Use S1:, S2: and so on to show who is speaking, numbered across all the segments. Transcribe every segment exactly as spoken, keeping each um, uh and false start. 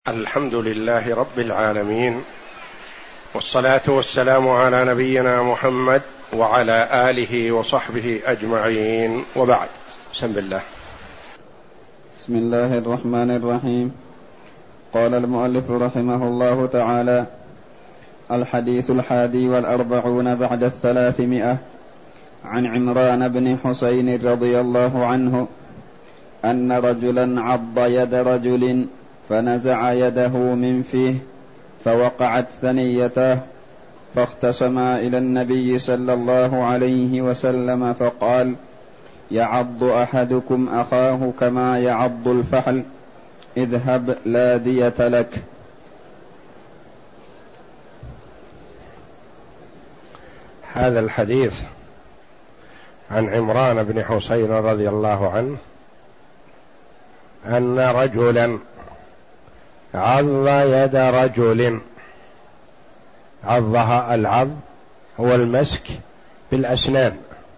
S1: الحمد لله رب العالمين، والصلاة والسلام على نبينا محمد وعلى آله وصحبه أجمعين، وبعد. بسم الله.
S2: بسم الله الرحمن الرحيم. قال المؤلف رحمه الله تعالى: الحديث الحادي والأربعون بعد الثلاثمائة، عن عمران بن حسين رضي الله عنه أن رجلا عض يد رجل فنزع يده من فيه فوقعت ثنيته، فاختصما إلى النبي صلى الله عليه وسلم فقال: يعض أحدكم أخاه كما يعض الفحل، اذهب لا دية لك.
S1: هذا الحديث عن عمران بن حسين رضي الله عنه أن رجلا عض يد رجل. عضها، العض هو المسك بالأسنان،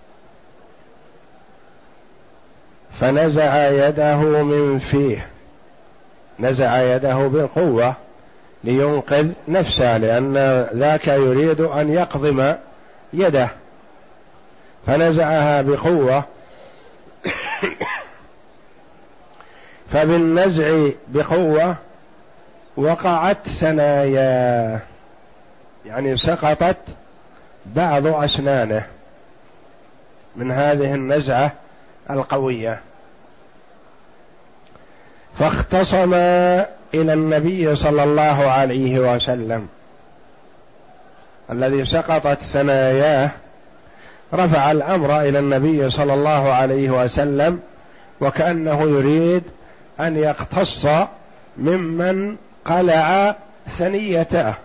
S1: فنزع يده من فيه، نزع يده بالقوة لينقذ نفسه، لأن ذاك يريد أن يقضم يده، فنزعها بقوة. فبالنزع بقوة وقعت ثناياه، يعني سقطت بعض أسنانه من هذه النزعة القوية، فاختصم إلى النبي صلى الله عليه وسلم. الذي سقطت ثناياه رفع الأمر إلى النبي صلى الله عليه وسلم، وكأنه يريد أن يقتص ممن قلع ثنيته،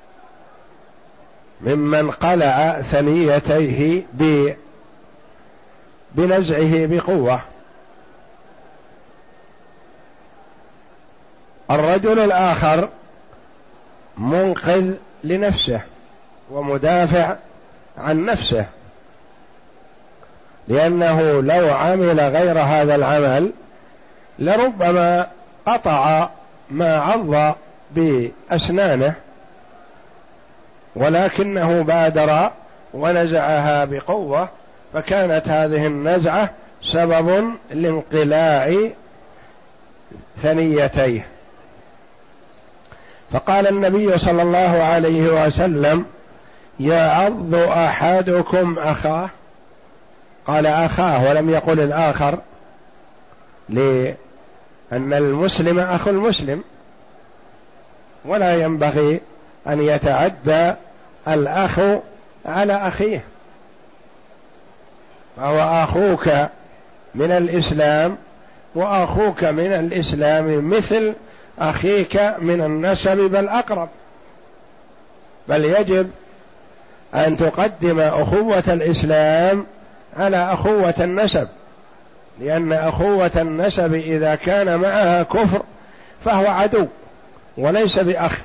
S1: ممن قلع ثنيتيه بنزعه بقوة. الرجل الآخر منقذ لنفسه ومدافع عن نفسه، لأنه لو عمل غير هذا العمل لربما قطع ما عض بأسنانه، ولكنه بادر ونزعها بقوة، فكانت هذه النزعة سبب لانقلاع ثنيتيه. فقال النبي صلى الله عليه وسلم: يعض أحدكم أخاه. قال أخاه ولم يقل الآخر، لأن المسلم أخو المسلم، ولا ينبغي أن يتعدى الأخ على أخيه، فهو أخوك من الإسلام، وأخوك من الإسلام مثل أخيك من النسب بل أقرب، بل يجب أن تقدم أخوة الإسلام على أخوة النسب، لأن أخوة النسب إذا كان معها كفر فهو عدو وليس بأخ،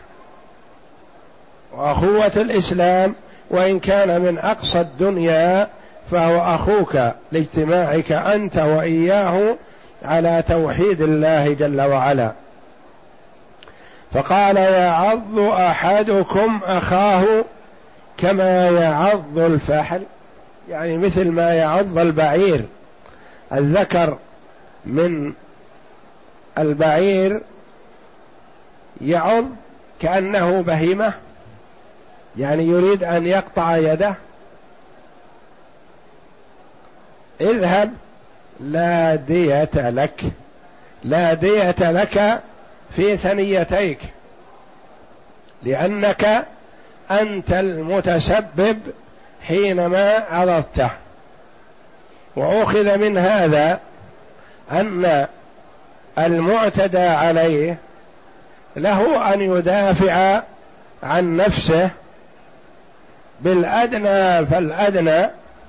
S1: وأخوة الإسلام وإن كان من أقصى الدنيا فهو أخوك لاجتماعك أنت وإياه على توحيد الله جل وعلا. فقال: يعض أحدكم أخاه كما يعض الفحل، يعني مثل ما يعض البعير، الذكر من البعير يعض كأنه بهيمة، يعني يريد أن يقطع يده. اذهب لا دية لك، لا دية لك في ثنيتيك، لأنك أنت المتسبب حينما عضضته. وأخذ من هذا أن المعتدى عليه له أن يدافع عن نفسه بالأدنى فالأدنى،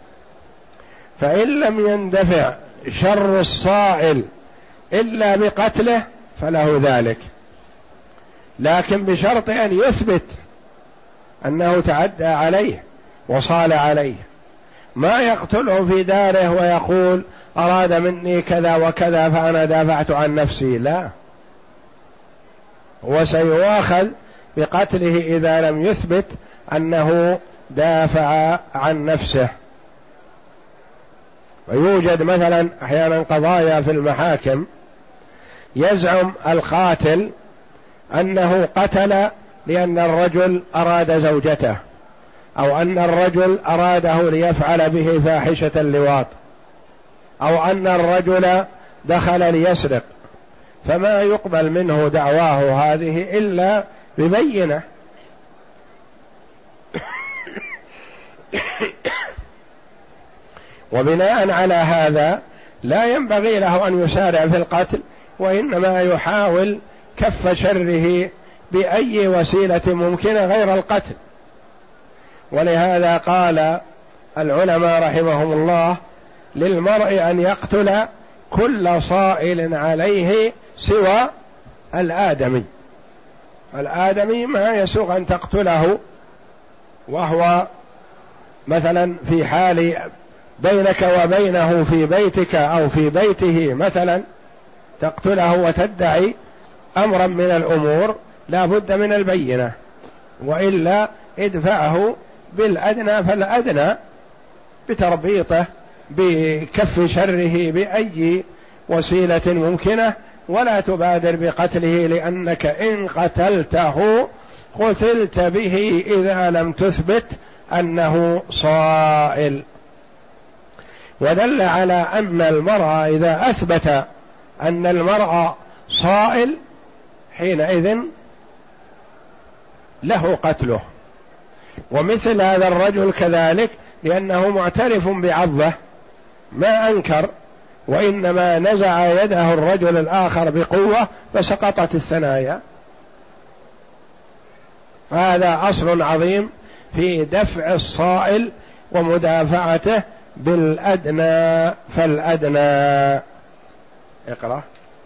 S1: فإن لم يندفع شر الصائل إلا بقتله فله ذلك، لكن بشرط أن يثبت أنه تعدى عليه وصال عليه، ما يقتله في داره ويقول أراد مني كذا وكذا فأنا دافعت عن نفسي، لا، وسيؤاخذ بقتله إذا لم يثبت أنه دافع عن نفسه. ويوجد مثلا أحيانا قضايا في المحاكم يزعم القاتل أنه قتل لأن الرجل أراد زوجته، أو أن الرجل أراده ليفعل به فاحشة اللواط، أو أن الرجل دخل ليسرق، فما يقبل منه دعواه هذه إلا ببينة. وبناء على هذا لا ينبغي له أن يسارع في القتل، وإنما يحاول كف شره بأي وسيلة ممكنة غير القتل. ولهذا قال العلماء رحمهم الله للمرء أن يقتل كل صائل عليه سوى الآدمي. الآدمي ما يسوغ أن تقتله وهو مثلا في حال بينك وبينه في بيتك أو في بيته مثلا، تقتله وتدعي أمرا من الأمور لا بد من البينة، وإلا ادفعه بالأدنى فالأدنى بتربيطه بكف شره بأي وسيلة ممكنة، ولا تبادر بقتله، لأنك إن قتلته قتلت به إذا لم تثبت أنه صائل. ودل على أن المرأة إذا أثبت أن المرأة صائل حينئذ له قتله. ومثل هذا الرجل كذلك، لأنه معترف بعضه ما أنكر، وإنما نزع يده الرجل الآخر بقوة فسقطت الثنايا. هذا أصل عظيم في دفع الصائل ومدافعته بالأدنى فالأدنى. اقرأ.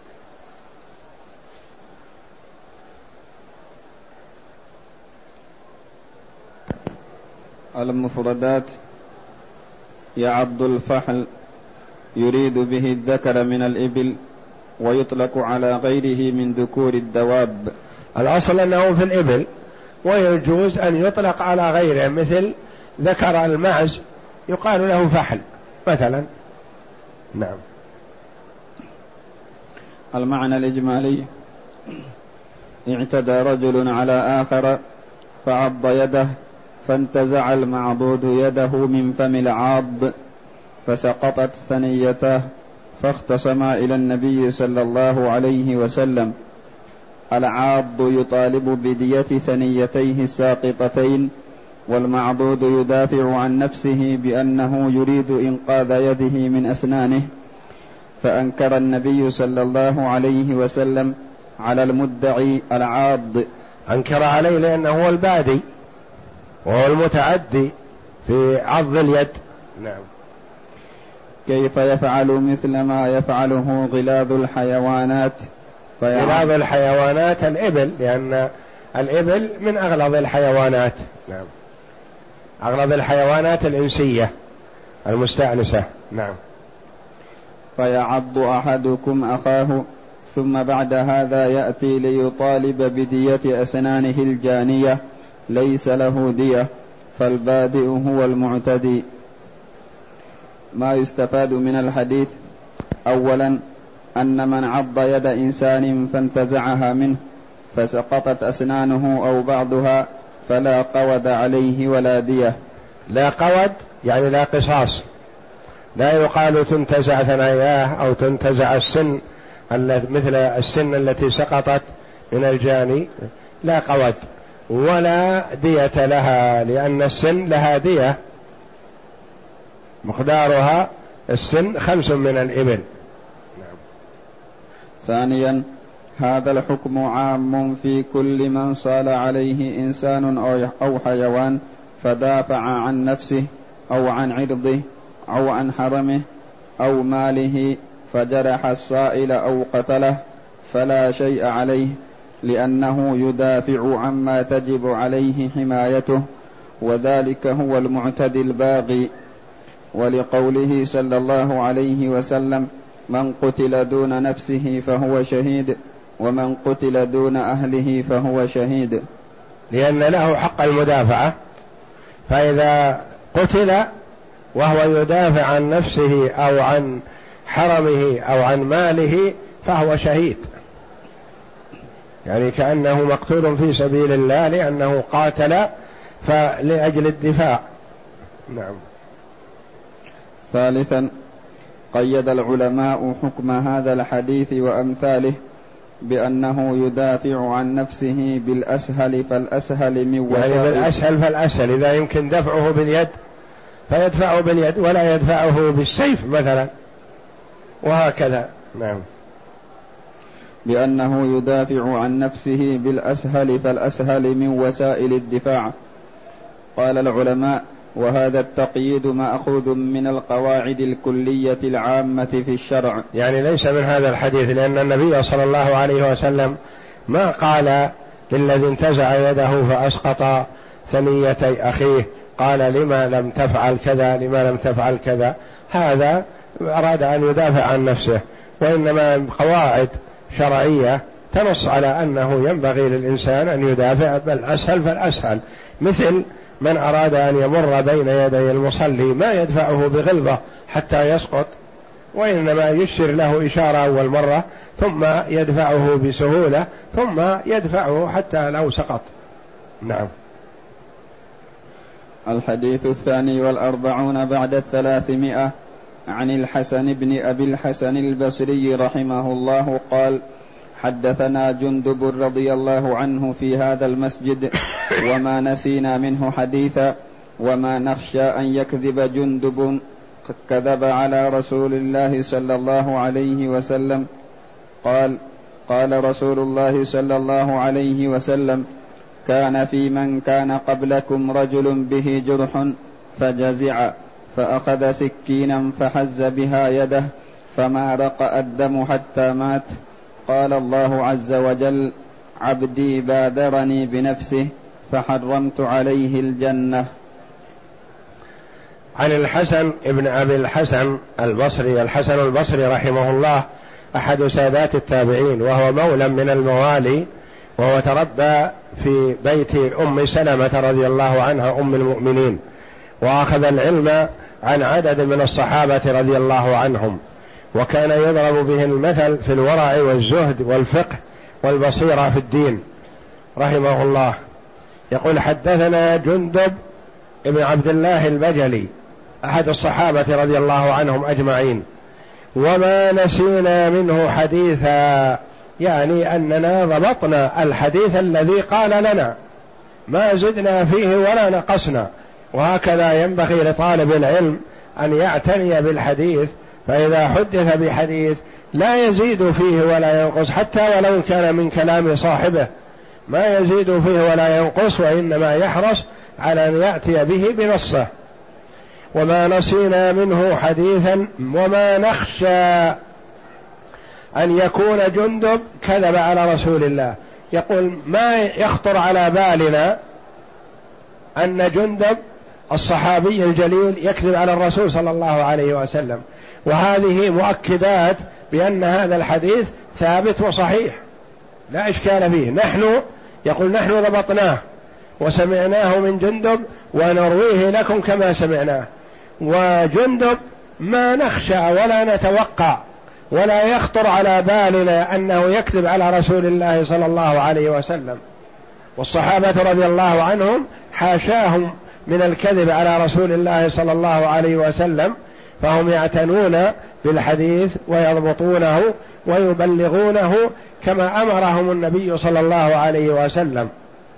S2: المفردات: يعض الفحل يريد به الذكر من الإبل، ويطلق على غيره من ذكور الدواب.
S1: الأصل أنه في الإبل، ويجوز أن يطلق على غيره، مثل ذكر المعز يقال له فحل مثلا. نعم.
S2: المعنى الإجمالي: اعتدى رجل على آخر فعض يده، فانتزع المعضود يده من فم العاض فسقطت ثنيته، فاختصما إلى النبي صلى الله عليه وسلم. العاض يطالب بدية ثنيتيه الساقطتين، والمعضود يدافع عن نفسه بأنه يريد إنقاذ يده من أسنانه. فأنكر النبي صلى الله عليه وسلم على المدعي العاض،
S1: أنكر عليه لأنه هو البادي وهو المتعدي في عض اليد. نعم.
S2: كيف يفعل مثل ما يفعله غلاظ الحيوانات؟
S1: غلاظ الحيوانات الإبل، لأن الإبل من أغلظ الحيوانات. نعم. أغلظ الحيوانات الإنسية المستأنسة. نعم.
S2: فيعض أحدكم أخاه، ثم بعد هذا يأتي ليطالب بدية أسنانه الجانية، ليس له دية، فالبادئ هو المعتدي. ما يستفاد من الحديث: أولا أن من عض يد إنسان فانتزعها منه فسقطت أسنانه أو بعضها فلا قود عليه ولا دية.
S1: لا قود يعني لا قصاص، لا يقال تنتزع ثناياه أو تنتزع السن مثل السن التي سقطت من الجاني، لا قود ولا دية لها، لأن السن لها دية مقدارها السن خمس من الإبل.
S2: نعم. ثانيا هذا الحكم عام في كل من صال عليه إنسان أو حيوان فدافع عن نفسه أو عن عرضه أو عن حرمه أو ماله فجرح الصائل أو قتله، فلا شيء عليه، لأنه يدافع عما تجب عليه حمايته، وذلك هو المعتدي الباغي. ولقوله صلى الله عليه وسلم: من قتل دون نفسه فهو شهيد، ومن قتل دون أهله فهو شهيد،
S1: لأن له حق المدافعة، فإذا قتل وهو يدافع عن نفسه أو عن حرمه أو عن ماله فهو شهيد، يعني كأنه مقتول في سبيل الله لأنه قاتل فلأجل الدفاع. نعم.
S2: ثالثا، قيد العلماء حكم هذا الحديث وأمثاله بأنه يدافع عن نفسه بالأسهل فالأسهل من وسائل،
S1: يعني بالأسهل فالأسهل، إذا يمكن دفعه باليد فيدفعه باليد ولا يدفعه بالسيف مثلا، وهكذا. نعم.
S2: بأنه يدافع عن نفسه بالأسهل فالأسهل من وسائل الدفاع. قال العلماء: وهذا التقييد مأخوذ من القواعد الكلية العامة في الشرع،
S1: يعني ليس من هذا الحديث، لأن النبي صلى الله عليه وسلم ما قال للذي انتزع يده فأسقط ثنيتي أخيه قال لما لم تفعل كذا لما لم تفعل كذا، هذا أراد أن يدافع عن نفسه، وإنما قواعد شرعية تنص على أنه ينبغي للإنسان أن يدافع بالأسهل فالأسهل، مثل من أراد أن يمر بين يدي المصلي ما يدفعه بغلظة حتى يسقط، وإنما يشير له إشارة أول مرة ثم يدفعه بسهولة ثم يدفعه حتى لو سقط. نعم.
S2: الحديث الثاني والأربعون بعد الثلاثمائة، عن الحسن بن أبي الحسن البصري رحمه الله قال: حدثنا جندب رضي الله عنه في هذا المسجد وما نسينا منه حديثا، وما نخشى أن يكذب جندب كذب على رسول الله صلى الله عليه وسلم. قال: قال رسول الله صلى الله عليه وسلم: كان في من كان قبلكم رجل به جرح فجزع فأخذ سكينا فحز بها يده فما رقأ الدم حتى مات. قال الله عز وجل: عبدي بادرني بنفسه فحرمت عليه الجنة.
S1: عن الحسن ابن أبي الحسن البصري، الحسن البصري رحمه الله أحد سادات التابعين، وهو مولى من الموالي، وهو تربى في بيت أم سلمة رضي الله عنها أم المؤمنين، وأخذ العلم عن عدد من الصحابة رضي الله عنهم، وكان يضرب به المثل في الورع والزهد والفقه والبصيرة في الدين رحمه الله. يقول: حدثنا جندب ابن عبد الله البجلي أحد الصحابة رضي الله عنهم أجمعين، وما نسينا منه حديثا، يعني أننا ضبطنا الحديث الذي قال لنا، ما زدنا فيه ولا نقصنا. وهكذا ينبغي لطالب العلم أن يعتني بالحديث، فإذا حدث بحديث لا يزيد فيه ولا ينقص، حتى ولو كان من كلام صاحبه ما يزيد فيه ولا ينقص، وإنما يحرص على أن يأتي به بنصه. وما نسينا منه حديثا وما نخشى أن يكون جندب كذب على رسول الله. يقول: ما يخطر على بالنا أن جندب الصحابي الجليل يكذب على الرسول صلى الله عليه وسلم، وهذه مؤكدات بأن هذا الحديث ثابت وصحيح لا إشكال فيه. نحن يقول نحن ضبطناه وسمعناه من جندب ونرويه لكم كما سمعناه، وجندب ما نخشى ولا نتوقع ولا يخطر على بالنا أنه يكذب على رسول الله صلى الله عليه وسلم. والصحابة رضي الله عنهم حاشاهم من الكذب على رسول الله صلى الله عليه وسلم، فهم يعتنون بالحديث ويضبطونه ويبلغونه كما أمرهم النبي صلى الله عليه وسلم،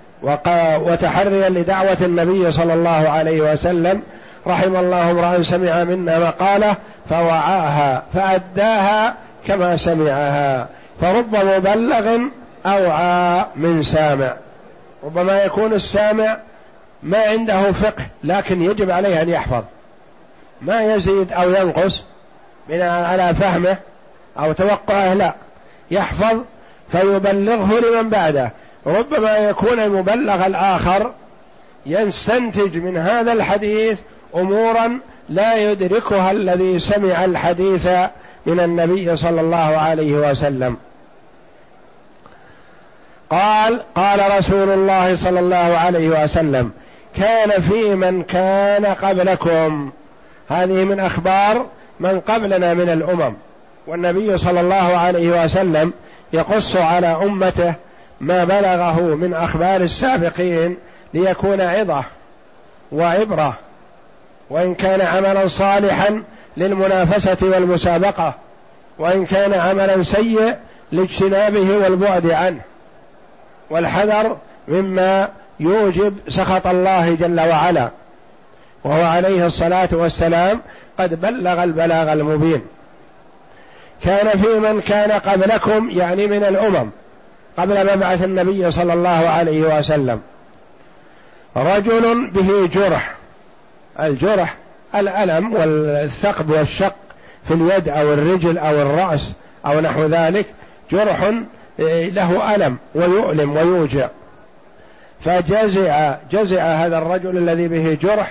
S1: وتحريا لدعوة النبي صلى الله عليه وسلم. رحم الله امرأ سمع منا مقالة فوعاها فأداها كما سمعها، فرب مبلغ أوعى من سامع. ربما يكون السامع ما عنده فقه، لكن يجب عليه أن يحفظ، ما يزيد أو ينقص بناء على فهمه أو توقعه، لا، يحفظ فيبلغه لمن بعده. ربما يكون المبلغ الآخر يستنتج من هذا الحديث أمورا لا يدركها الذي سمع الحديث من النبي صلى الله عليه وسلم. قال قال رسول الله صلى الله عليه وسلم: كان في من كان قبلكم. هذه من أخبار من قبلنا من الأمم، والنبي صلى الله عليه وسلم يقص على أمته ما بلغه من أخبار السابقين ليكون عظة وعبرة، وإن كان عملا صالحا للمنافسة والمسابقة، وإن كان عملا سيء لاجتنابه والبعد عنه والحذر مما يوجب سخط الله جل وعلا. وهو عليه الصلاة والسلام قد بلغ البلاغ المبين. كان في من كان قبلكم، يعني من الأمم قبل مبعث النبي صلى الله عليه وسلم، رجل به جرح. الجرح الألم والثقب والشق في اليد أو الرجل أو الرأس أو نحو ذلك، جرح له ألم ويؤلم ويوجع. فجزع جزع هذا الرجل الذي به جرح،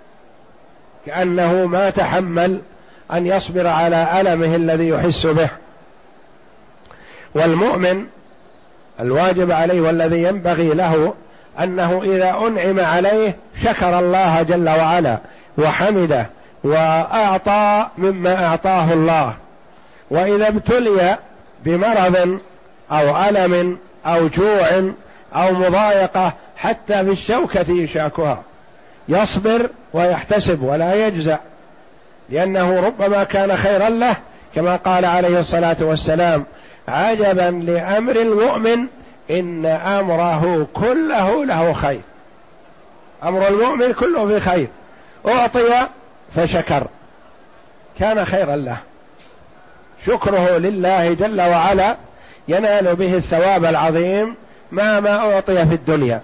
S1: كأنه ما تحمل أن يصبر على ألمه الذي يحس به. والمؤمن الواجب عليه والذي ينبغي له أنه إذا أنعم عليه شكر الله جل وعلا وحمده وأعطى مما أعطاه الله، وإذا ابتلي بمرض أو ألم أو جوع أو مضايقة حتى بالشوكة يشاكها يصبر ويحتسب ولا يجزع، لأنه ربما كان خيرا له، كما قال عليه الصلاة والسلام: عجبا لأمر المؤمن إن أمره كله له خير. أمر المؤمن كله في خير، أعطي فشكر كان خيرا له، شكره لله جل وعلا ينال به الثواب العظيم ما ما أعطي في الدنيا.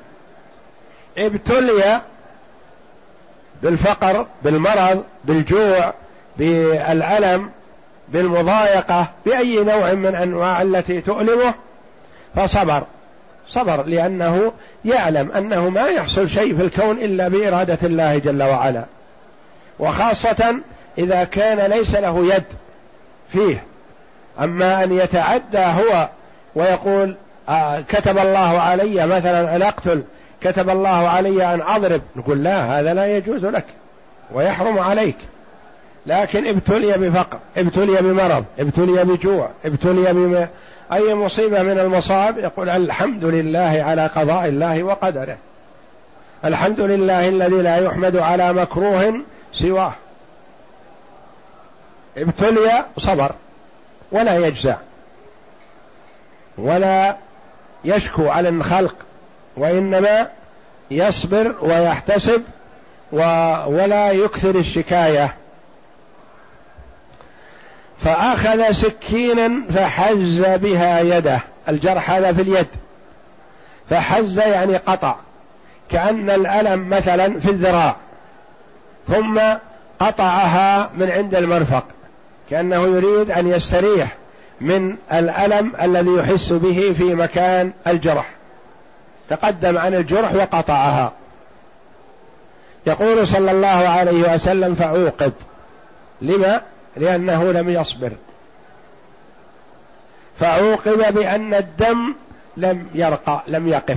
S1: ابتلي بالفقر، بالمرض، بالجوع، بالألم، بالمضايقة، بأي نوع من أنواع التي تؤلمه، فصبر صبر لأنه يعلم أنه ما يحصل شيء في الكون إلا بإرادة الله جل وعلا، وخاصة إذا كان ليس له يد فيه. أما أن يتعدى هو ويقول آه كتب الله علي مثلا أن أقتل، كتب الله علي أن أضرب، نقول لا، هذا لا يجوز لك ويحرم عليك. لكن ابتلي بفقر، ابتلي بمرض، ابتلي بجوع، ابتلي بما أي مصيبة من المصائب، يقول الحمد لله على قضاء الله وقدره، الحمد لله الذي لا يحمد على مكروه سواه. ابتلي صبر ولا يجزع ولا يشكو على الخلق، وإنما يصبر ويحتسب ولا يكثر الشكاية. فأخذ سكينا فحز بها يده، الجرح هذا في اليد، فحز يعني قطع، كأن الألم مثلا في الذراع ثم قطعها من عند المرفق، كأنه يريد أن يستريح من الألم الذي يحس به في مكان الجرح، تقدم عن الجرح وقطعها. يقول صلى الله عليه وسلم: فعوقب. لما؟ لأنه لم يصبر، فعوقب بأن الدم لم يرقى، لم يقف.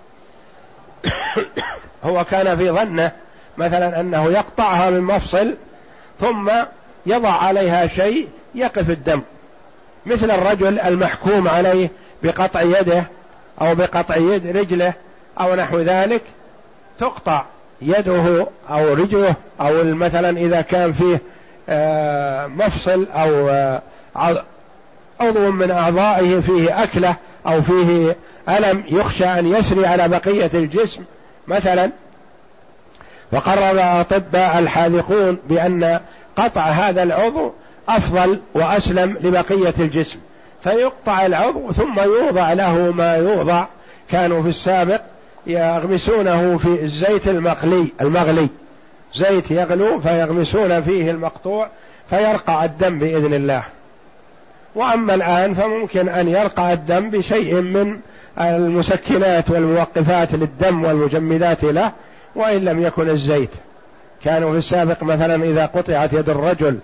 S1: هو كان في ظنه مثلا أنه يقطعها من مفصل ثم يضع عليها شيء يقف الدم، مثل الرجل المحكوم عليه بقطع يده أو بقطع يد رجله أو نحو ذلك، تقطع يده أو رجله، أو مثلا إذا كان فيه مفصل أو عضو من أعضائه فيه أكلة أو فيه ألم يخشى أن يسري على بقية الجسم مثلا، فقرر الأطباء الحاذقون بأن قطع هذا العضو أفضل وأسلم لبقية الجسم، فيقطع العضو ثم يوضع له ما يوضع. كانوا في السابق يغمسونه في الزيت المغلي المغلي زيت يغلو فيغمسون فيه المقطوع فيرقى الدم بإذن الله. وأما الآن فممكن أن يرقى الدم بشيء من المسكنات والموقفات للدم والمجمدات له، وإن لم يكن الزيت. كانوا في السابق مثلا إذا قطعت يد الرجل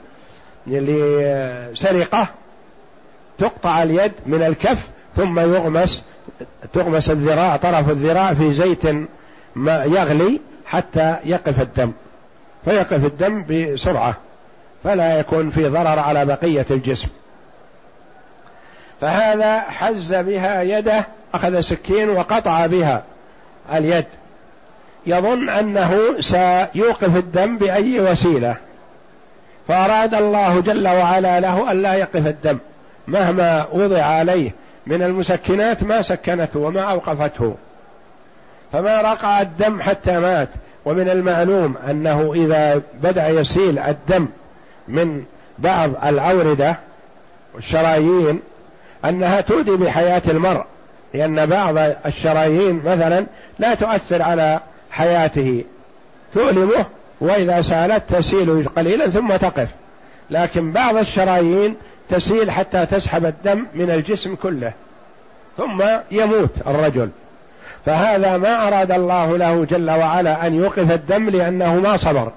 S1: لسرقة تقطع اليد من الكف ثم يغمس تغمس الذراع طرف الذراع في زيت ما يغلي حتى يقف الدم، فيقف الدم بسرعة فلا يكون في ضرر على بقية الجسم. فهذا حز بها يده، أخذ سكين وقطع بها اليد، يظن أنه سيوقف الدم بأي وسيلة، فأراد الله جل وعلا له ألا يقف الدم، مهما وضع عليه من المسكنات ما سكنته وما أوقفته، فما رقع الدم حتى مات. ومن المعلوم أنه إذا بدأ يسيل الدم من بعض الأوردة والشرايين أنها تؤدي بحياة المرء، لأن بعض الشرايين مثلا لا تؤثر على حياته، تؤلمه وإذا سالت تسيل قليلا ثم تقف، لكن بعض الشرايين تسيل حتى تسحب الدم من الجسم كله ثم يموت الرجل. فهذا ما أراد الله له جل وعلا أن يوقف الدم لأنه ما صبر،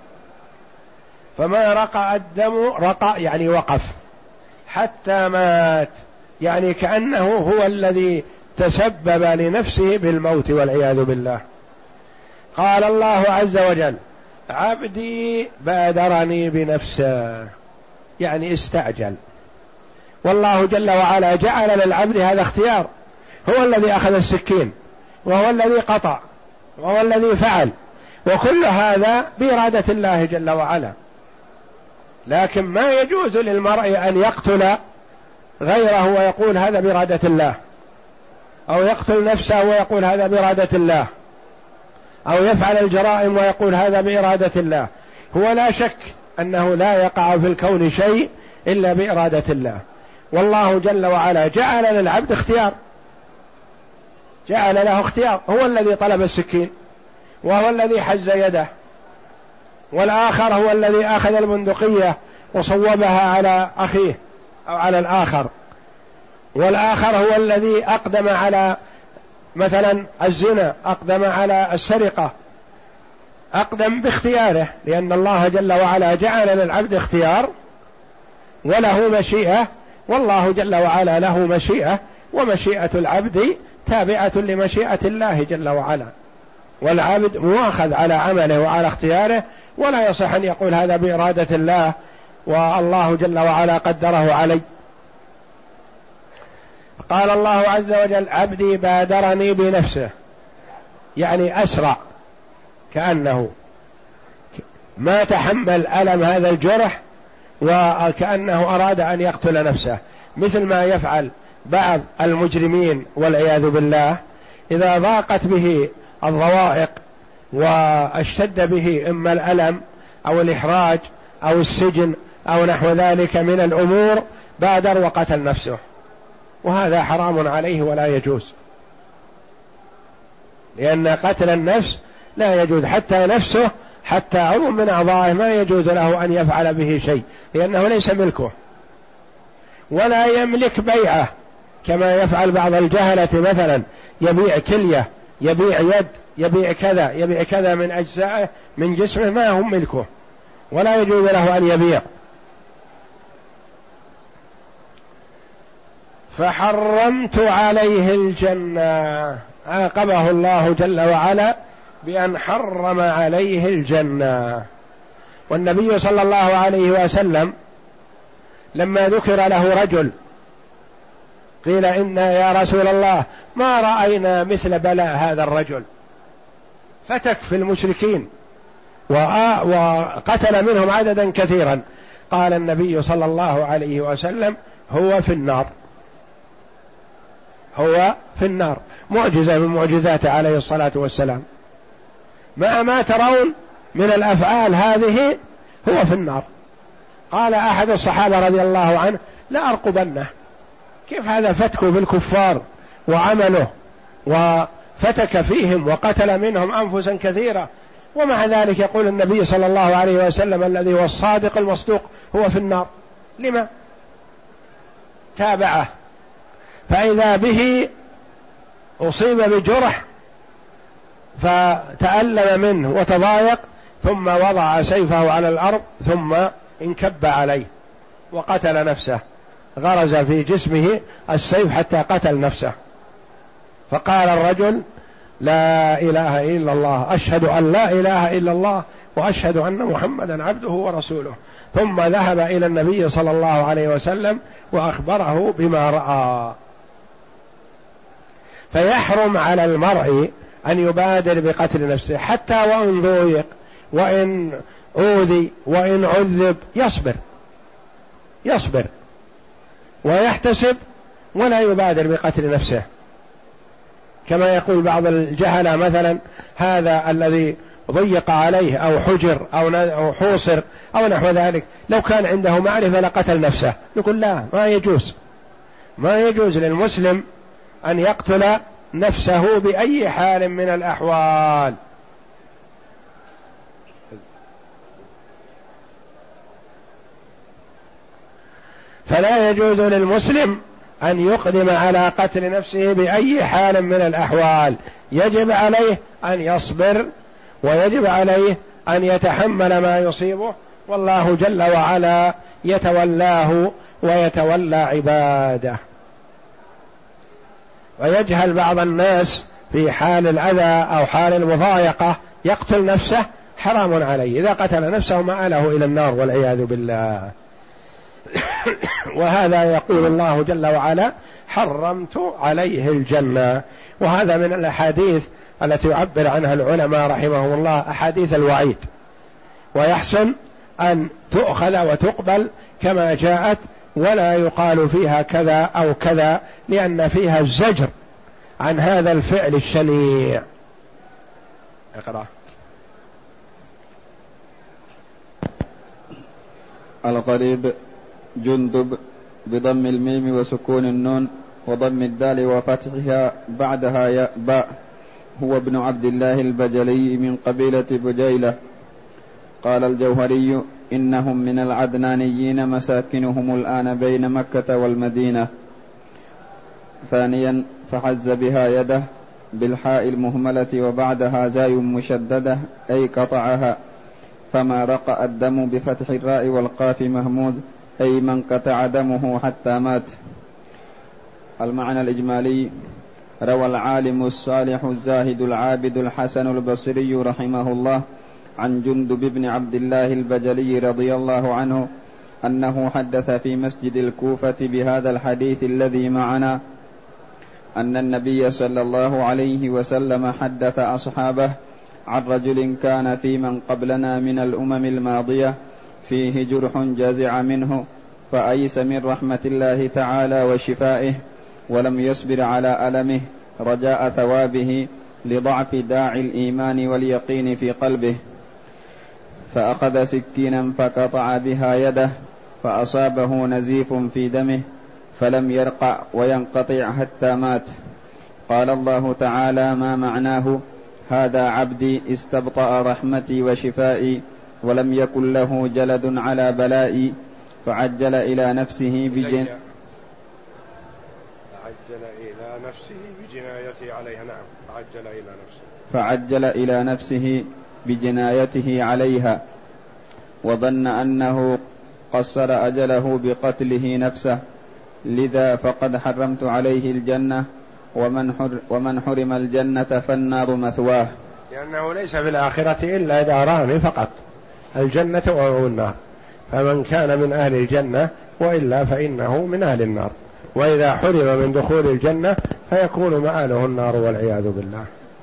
S1: فما رقع الدم، رقع يعني وقف حتى مات، يعني كأنه هو الذي تسبب لنفسه بالموت والعياذ بالله. قال الله عز وجل: عبدي بادرني بنفسه، يعني استعجل. والله جل وعلا جعل للعبد هذا اختيار، هو الذي أخذ السكين وهو الذي قطع وهو الذي فعل، وكل هذا بإرادة الله جل وعلا. لكن ما يجوز للمرء أن يقتل غيره ويقول هذا بإرادة الله، أو يقتل نفسه ويقول هذا بإرادة الله، أو يفعل الجرائم ويقول هذا بإرادة الله. هو لا شك أنه لا يقع في الكون شيء إلا بإرادة الله، والله جل وعلا جعل للعبد اختيار، جعل له اختيار، هو الذي طلب السكين وهو الذي حز يده، والآخر هو الذي أخذ البندقية وصوبها على أخيه أو على الآخر، والآخر هو الذي أقدم على مثلا الزنا، أقدم على السرقة، أقدم باختياره، لأن الله جل وعلا جعل للعبد اختيار وله مشيئة، والله جل وعلا له مشيئة، ومشيئة العبد تابعة لمشيئة الله جل وعلا، والعبد مؤاخذ على عمله وعلى اختياره، ولا يصح أن يقول هذا بإرادة الله والله جل وعلا قدره علي. قال الله عز وجل: عبدي بادرني بنفسه، يعني أسرع، كأنه ما تحمل ألم هذا الجرح وكأنه أراد أن يقتل نفسه، مثل ما يفعل بعض المجرمين والعياذ بالله إذا ضاقت به الضوائق واشتد به إما الألم أو الإحراج أو السجن أو نحو ذلك من الأمور بادر وقتل نفسه، وهذا حرام عليه ولا يجوز، لأن قتل النفس لا يجوز، حتى نفسه حتى عضو من أعضائه ما يجوز له أن يفعل به شيء، لأنه ليس ملكه، ولا يملك بيعه كما يفعل بعض الجهلة، مثلا يبيع كلية، يبيع يد، يبيع كذا، يبيع كذا من أجزائه من جسمه ما هم ملكه، ولا يجوز له أن يبيع. فحرمت عليه الجنة، عاقبه الله جل وعلا بأن حرم عليه الجنة. والنبي صلى الله عليه وسلم لما ذكر له رجل قيل إنا يا رسول الله ما رأينا مثل بلاء هذا الرجل، فتك في المشركين وقتل منهم عددا كثيرا، قال النبي صلى الله عليه وسلم: هو في النار، هو في النار، معجزة من معجزاته عليه الصلاة والسلام، مع ما ترون من الأفعال هذه هو في النار. قال أحد الصحابة رضي الله عنه: لا أرقبنه، كيف هذا فتك بالكفار وعمله وفتك فيهم وقتل منهم أنفسا كثيرة، ومع ذلك يقول النبي صلى الله عليه وسلم الذي هو الصادق المصدوق هو في النار، لما؟ تابعه، فإذا به أصيب بجرح فتألم منه وتضايق، ثم وضع سيفه على الأرض ثم انكب عليه وقتل نفسه، غرز في جسمه السيف حتى قتل نفسه. فقال الرجل لا إله إلا الله، أشهد أن لا إله إلا الله وأشهد أن محمدا عبده ورسوله، ثم ذهب إلى النبي صلى الله عليه وسلم وأخبره بما رأى. فيحرم على المرء أن يبادر بقتل نفسه حتى وإن ضويق وإن أوذي وإن عذب، يصبر يصبر ويحتسب ولا يبادر بقتل نفسه، كما يقول بعض الجهلة مثلا هذا الذي ضيق عليه أو حجر أو حوصر أو نحو ذلك لو كان عنده معرفة لقتل نفسه. يقول لا، ما يجوز ما يجوز للمسلم أن يقتل نفسه بأي حال من الأحوال. فلا يجوز للمسلم أن يقدم على قتل نفسه بأي حال من الأحوال، يجب عليه أن يصبر ويجب عليه أن يتحمل ما يصيبه، والله جل وعلا يتولاه ويتولى عباده. ويجهل بعض الناس في حال الأذى أو حال المضايقة يقتل نفسه، حرام عليه، إذا قتل نفسه مآله إلى النار والعياذ بالله. وهذا يقول الله جل وعلا حرمت عليه الجنة. وهذا من الأحاديث التي يعبر عنها العلماء رحمهم الله أحاديث الوعيد، ويحسن أن تؤخذ وتقبل كما جاءت، ولا يقال فيها كذا أو كذا، لأن فيها الزجر عن هذا الفعل الشنيع. اقرأ.
S2: الغريب جندب بضم الميم وسكون النون وضم الدال وفتحها بعدها ياء باء، هو ابن عبد الله البجلي من قبيلة بجيلة. قال الجوهري إنهم من العدنانيين مساكنهم الآن بين مكة والمدينة. ثانيا فحز بها يده بالحاء المهملة وبعدها زاي مشددة أي قطعها، فما رقأ الدم بفتح الراء والقاف مهمود أي من قطع دمه حتى مات. المعنى الإجمالي: روى العالم الصالح الزاهد العابد الحسن البصري رحمه الله عن جندب بن عبد الله البجلي رضي الله عنه أنه حدث في مسجد الكوفة بهذا الحديث الذي معنا، أن النبي صلى الله عليه وسلم حدث أصحابه عن رجل كان في من قبلنا من الأمم الماضية فيه جرح جزع منه، فأيس من رحمة الله تعالى وشفائه، ولم يصبر على ألمه رجاء ثوابه لضعف داعي الإيمان واليقين في قلبه، فأخذ سكينا فقطع بها يده فأصابه نزيف في دمه فلم يرقع وينقطع حتى مات. قال الله تعالى: ما معناه؟ هذا عبدي استبطأ رحمتي وشفائي ولم يكن له جلد على بلائي، فعجل إلى نفسه بجن
S1: فعجل إلى نفسه بجنايته عليها. نعم، فعجل إلى نفسه
S2: فعجل إلى نفسه بجنايته عليها، وظن أنه قصر أجله بقتله نفسه، لذا فقد حرمت عليه الجنة، ومن, حر ومن حرم الجنة فالنار مثواه.
S1: لأنه ليس في الآخرة إلا داران فقط، الجنة والنار، فمن كان من أهل الجنة وإلا فإنه من أهل النار، وإذا حرم من دخول الجنة فيكون مآله النار والعياذ بالله.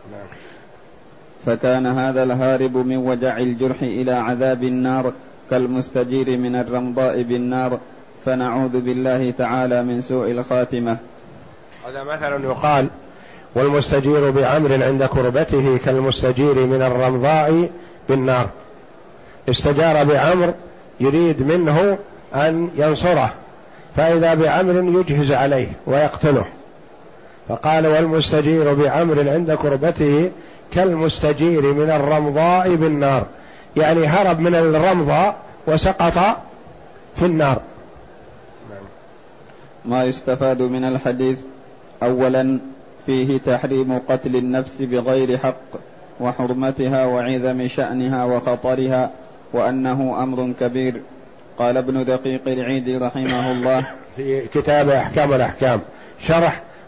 S2: فكان هذا الهارب من وجع الجرح إلى عذاب النار كالمستجير من الرمضاء بالنار، فنعوذ بالله تعالى من سوء الخاتمة.
S1: هذا مثلا يقال: والمستجير بعمر عند كربته كالمستجير من الرمضاء بالنار. استجار بعمر يريد منه أن ينصره، فإذا بعمر يجهز عليه ويقتله، فقال: والمستجير بعمر عند كربته كالمستجير من الرمضاء بالنار، يعني هرب من الرمضاء وسقط في النار.
S2: ما يستفاد من الحديث: أولا فيه تحريم قتل النفس بغير حق وحرمتها وعظم شأنها وخطرها، وأنه أمر كبير. قال ابن دقيق العيد رحمه الله
S1: في كتاب أحكام الأحكام شرح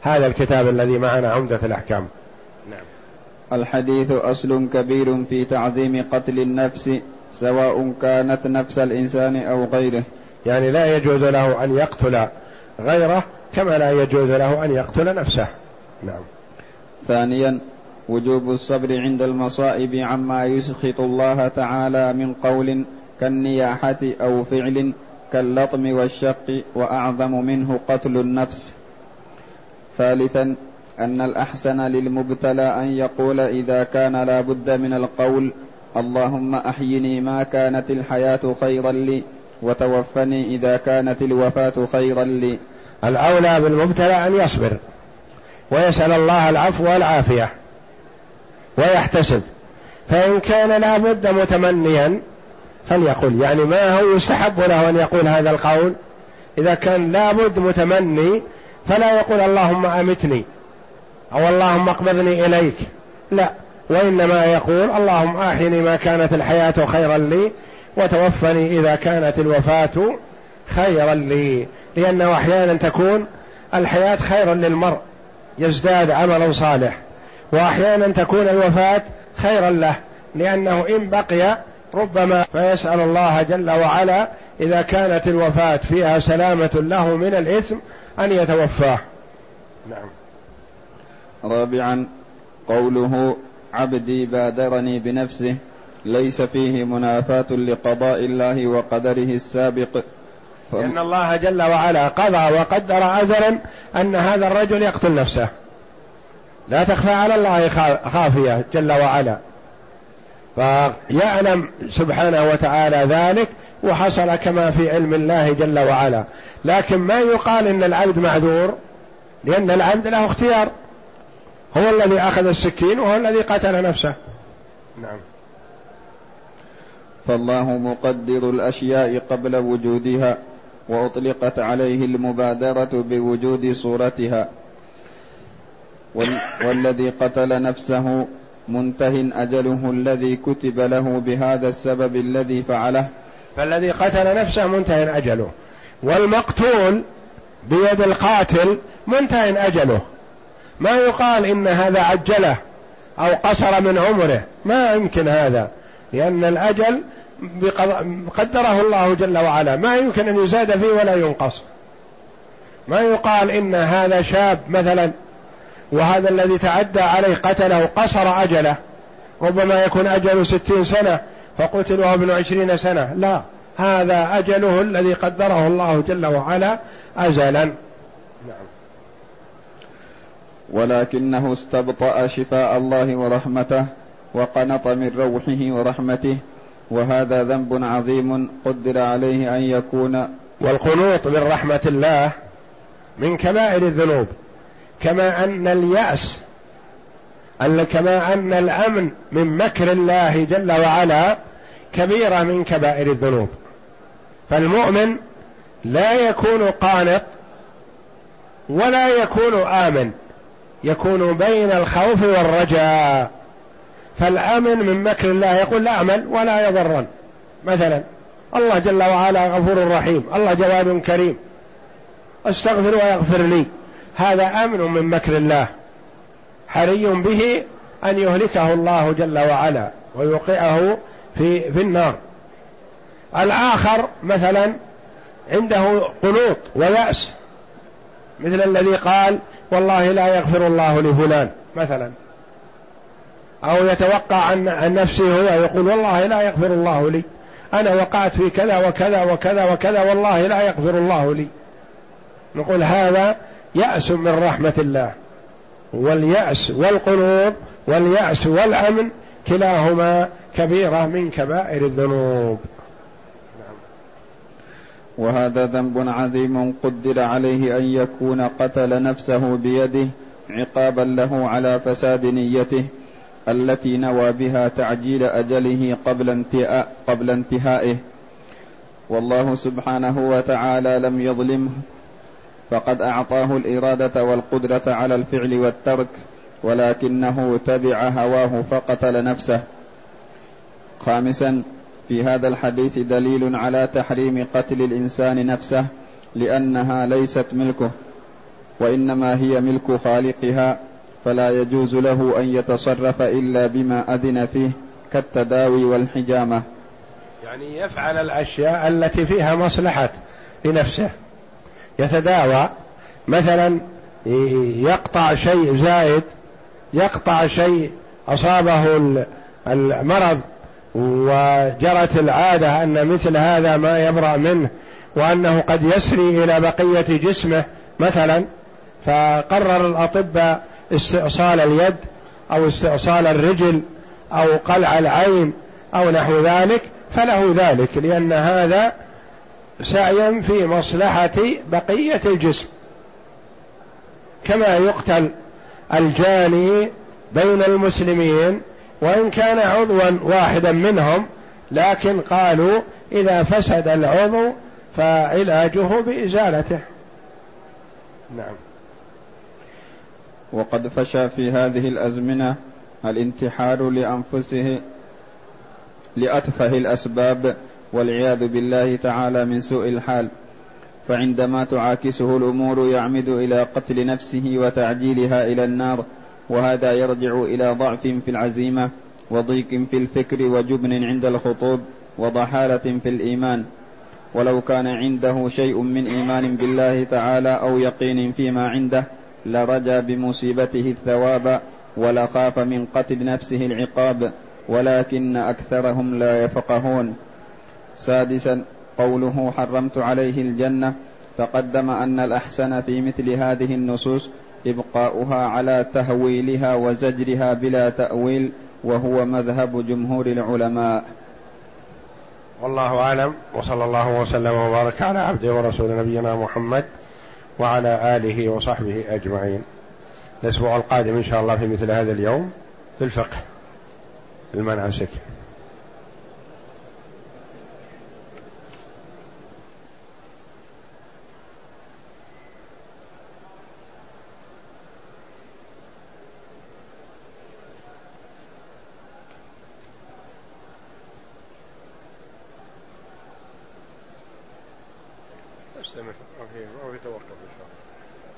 S1: هذا الكتاب الذي معنا عمدة الأحكام.
S2: نعم. الحديث أصل كبير في تعظيم قتل النفس سواء كانت نفس الإنسان أو غيره،
S1: يعني لا يجوز له أن يقتل غيره كما لا يجوز له أن يقتل نفسه. نعم.
S2: ثانيا وجوب الصبر عند المصائب عما يسخط الله تعالى من قول كالنياحة أو فعل كاللطم والشق، وأعظم منه قتل النفس. ثالثا أن الأحسن للمبتلى أن يقول إذا كان لا بد من القول اللهم أحيني ما كانت الحياة خيرا لي وتوفني إذا كانت الوفاة خيرا لي.
S1: الأولى بالمبتلى أن يصبر ويسأل الله العفو والعافية ويحتسب، فإن كان لا بد متمنيا فليقل، يعني ما هو يستحب له أن يقول هذا القول. إذا كان لا بد متمني فلا يقول اللهم أمتني أو اللهم اقبضني إليك، لا، وإنما يقول اللهم أحيني ما كانت الحياة خيرا لي وتوفني إذا كانت الوفاة خيرا لي، لأنه أحيانا تكون الحياة خيرا للمرء يزداد عملا صالح، وأحيانا تكون الوفاة خيرا له لأنه إن بقي ربما، فيسأل الله جل وعلا إذا كانت الوفاة فيها سلامة له من الإثم أن يتوفاه. نعم.
S2: رابعا قوله عبدي بادرني بنفسه ليس فيه منافاة لقضاء الله وقدره السابق،
S1: ف... لأن الله جل وعلا قضى وقدر أزلا أن هذا الرجل يقتل نفسه، لا تخفى على الله خافية جل وعلا، فيعلم سبحانه وتعالى ذلك وحصل كما في علم الله جل وعلا. لكن ما يقال إن العبد معذور، لأن العبد له اختيار، هو الذي أخذ السكين وهو الذي قتل نفسه. نعم.
S2: فالله مقدر الأشياء قبل وجودها، وأطلقت عليه المبادرة بوجود صورتها، والذي قتل نفسه منتهٍ أجله الذي كتب له بهذا السبب الذي فعله.
S1: فالذي قتل نفسه منتهٍ أجله، والمقتول بيد القاتل منتهٍ أجله. ما يقال إن هذا عجله أو قصر من عمره، ما يمكن هذا، لأن الأجل قدره الله جل وعلا، ما يمكن أن يزاد فيه ولا ينقص. ما يقال إن هذا شاب مثلا وهذا الذي تعدى عليه قتله قصر أجله، ربما يكون أجله ستين سنة فقتل وهو ابن عشرين سنة، لا، هذا أجله الذي قدره الله جل وعلا أزلا. نعم.
S2: ولكنه استبطأ شفاء الله ورحمته وقنط من روحه ورحمته، وهذا ذنب عظيم قدر عليه أن يكون.
S1: والقنوط من رحمة الله من كبائر الذنوب، كما أن اليأس، كما أن الأمن من مكر الله جل وعلا كبيرة من كبائر الذنوب. فالمؤمن لا يكون قانط ولا يكون آمن، يكون بين الخوف والرجاء. فالأمن من مكر الله يقول لا أعمل ولا يضرن، مثلا الله جل وعلا غفور رحيم، الله جواد كريم، استغفر ويغفر لي، هذا أمن من مكر الله، حري به أن يهلكه الله جل وعلا ويوقعه في في النار. الآخر مثلا عنده قنوط ويأس، مثل الذي قال والله لا يغفر الله لفلان مثلا، أو يتوقع عن نفسه هو يقول والله لا يغفر الله لي، أنا وقعت في كذا وكذا وكذا وكذا والله لا يغفر الله لي. نقول هذا يأس من رحمة الله. واليأس والقنوط واليأس والأمن كلاهما كبيرة من كبائر الذنوب.
S2: وهذا ذنب عظيم قدر عليه أن يكون قتل نفسه بيده عقابا له على فساد نيته التي نوى بها تعجيل أجله قبل انتهاء قبل انتهائه. والله سبحانه وتعالى لم يظلمه، فقد أعطاه الإرادة والقدرة على الفعل والترك، ولكنه تبع هواه فقتل نفسه. خامسا في هذا الحديث دليل على تحريم قتل الإنسان نفسه لأنها ليست ملكه، وإنما هي ملك خالقها، فلا يجوز له أن يتصرف إلا بما أذن فيه كالتداوي والحجامة.
S1: يعني يفعل الأشياء التي فيها مصلحة لنفسه، يتداوى مثلا يقطع شيء زائد، يقطع شيء أصابه المرض وجرت العادة أن مثل هذا ما يبرأ منه وأنه قد يسري إلى بقية جسمه مثلا، فقرر الأطباء استئصال اليد أو استئصال الرجل أو قلع العين أو نحو ذلك، فله ذلك، لأن هذا سعيا في مصلحة بقية الجسم. كما يقتل الجاني بين المسلمين وإن كان عضوا واحدا منهم، لكن قالوا إذا فسد العضو فعلاجه بإزالته. نعم.
S2: وقد فشى في هذه الأزمنة الانتحار لأنفسه لأتفه الأسباب والعياذ بالله تعالى من سوء الحال، فعندما تعاكسه الأمور يعمد إلى قتل نفسه وتعجيلها إلى النار، وهذا يرجع إلى ضعف في العزيمة وضيق في الفكر وجبن عند الخطوب وضحالة في الإيمان. ولو كان عنده شيء من إيمان بالله تعالى أو يقين فيما عنده لرجى بمصيبته الثواب ولخاف من قتل نفسه العقاب، ولكن أكثرهم لا يفقهون. سادسا، قوله حرمت عليه الجنة، تقدم أن الأحسن في مثل هذه النصوص إبقاؤها على تهويلها وزجرها بلا تأويل، وهو مذهب جمهور العلماء.
S1: والله أعلم، وصلى الله وسلم وبارك على عبده ورسول نبينا محمد وعلى آله وصحبه أجمعين. الأسبوع القادم إن شاء الله في مثل هذا اليوم في الفقه المناسك. استمر أو في توقف إن شاء الله.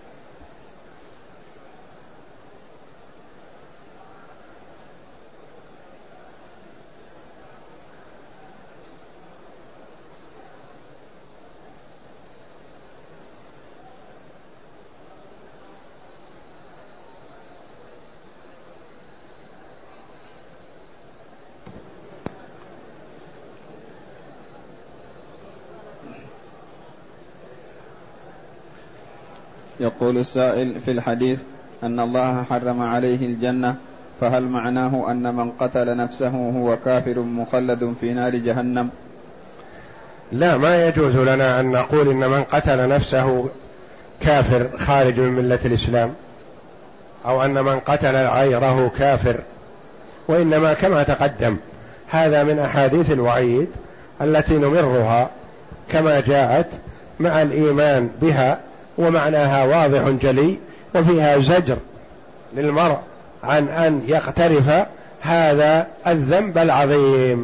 S2: يقول السائل: في الحديث أن الله حرم عليه الجنة، فهل معناه أن من قتل نفسه هو كافر مخلد في نار جهنم؟
S1: لا، ما يجوز لنا أن نقول إن من قتل نفسه كافر خارج من ملة الإسلام، أو أن من قتل غيره كافر، وإنما كما تقدم هذا من أحاديث الوعيد التي نمرها كما جاءت مع الإيمان بها، ومعناها واضح جلي، وفيها زجر للمرء عن أن يقترف هذا الذنب العظيم.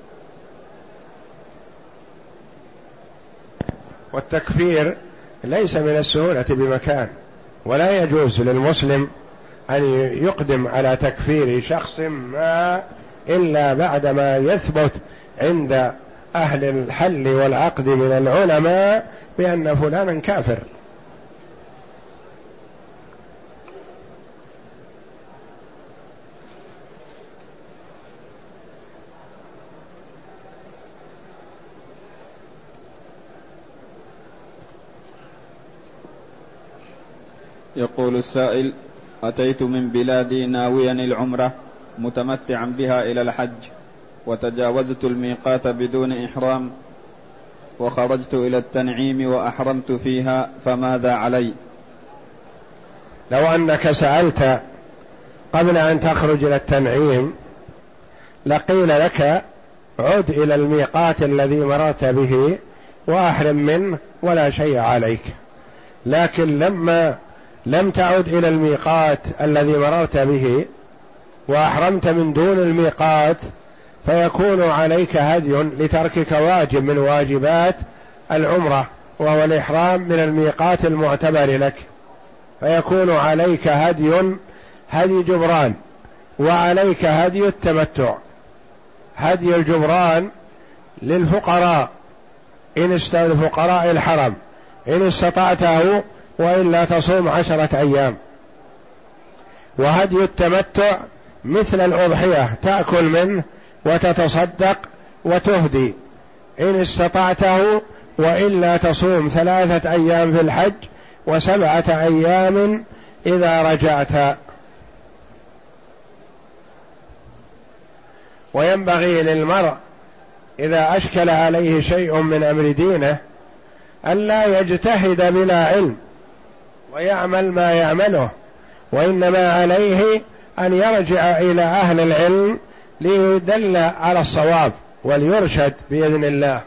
S1: والتكفير ليس من السهولة بمكان، ولا يجوز للمسلم أن يقدم على تكفير شخص ما إلا بعدما يثبت عند أهل الحل والعقد من العلماء بأن فلانا كافر.
S2: يقول السائل: أتيت من بلادي ناويا العمرة متمتعا بها إلى الحج، وتجاوزت الميقات بدون إحرام، وخرجت إلى التنعيم وأحرمت فيها، فماذا علي؟
S1: لو أنك سألت قبل أن تخرج إلى التنعيم لقيل لك عد إلى الميقات الذي مررت به وأحرم منه ولا شيء عليك، لكن لما لم تعد إلى الميقات الذي مررت به وأحرمت من دون الميقات فيكون عليك هدي لتركك واجب من واجبات العمرة، وهو الإحرام من الميقات المعتبر لك. فيكون عليك هدي هدي جبران وعليك هدي التمتع. هدي الجبران للفقراء إن فقراء الحرم إن استطعته، وإلا تصوم عشرة أيام. وهدي التمتع مثل الأضحية تأكل منه وتتصدق وتهدي إن استطعته، وإلا تصوم ثلاثة أيام في الحج وسبعة أيام إذا رجعت. وينبغي للمرء إذا أشكل عليه شيء من أمر دينه ألا يجتهد بلا علم ويعمل ما يعمله، وإنما عليه أن يرجع إلى أهل العلم ليدل على الصواب وليرشد بإذن الله.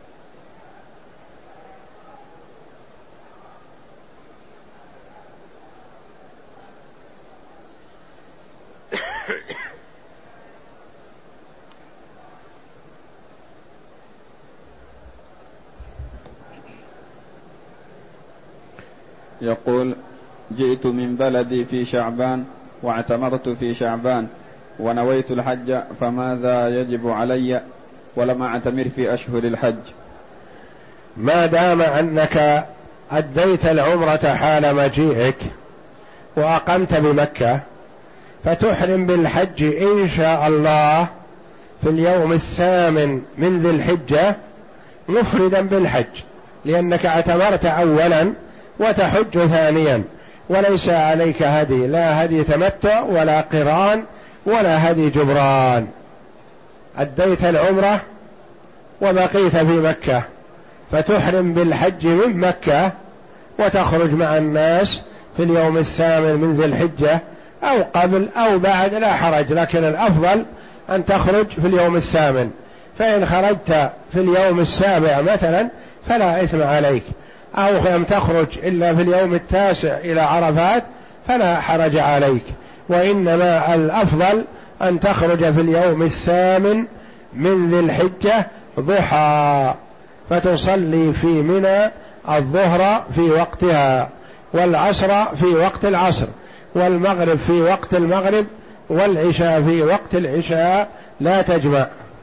S2: يقول: جئت من بلدي في شعبان واعتمرت في شعبان ونويت الحج، فماذا يجب علي ولم أعتمر في أشهر الحج؟
S1: ما دام أنك أديت العمرة حال مجيئك وأقمت بمكة فتحرم بالحج إن شاء الله في اليوم الثامن من ذي الحجة مفردا بالحج، لأنك اعتمرت أولا وتحج ثانيا، وليس عليك هدي، لا هدي تمتع ولا قران ولا هدي جبران. أديت العمرة وبقيت في مكة فتحرم بالحج من مكة وتخرج مع الناس في اليوم الثامن من ذي الحجة أو قبل أو بعد لا حرج، لكن الأفضل أن تخرج في اليوم الثامن. فإن خرجت في اليوم السابع مثلا فلا إثم عليك، أو لم تخرج إلا في اليوم التاسع إلى عرفات فلا حرج عليك، وإنما الأفضل أن تخرج في اليوم الثامن من ذي الحجة ضحى، فتصلي في منى الظهر في وقتها، والعصر في وقت العصر، والمغرب في وقت المغرب، والعشاء في وقت العشاء، لا تجمع،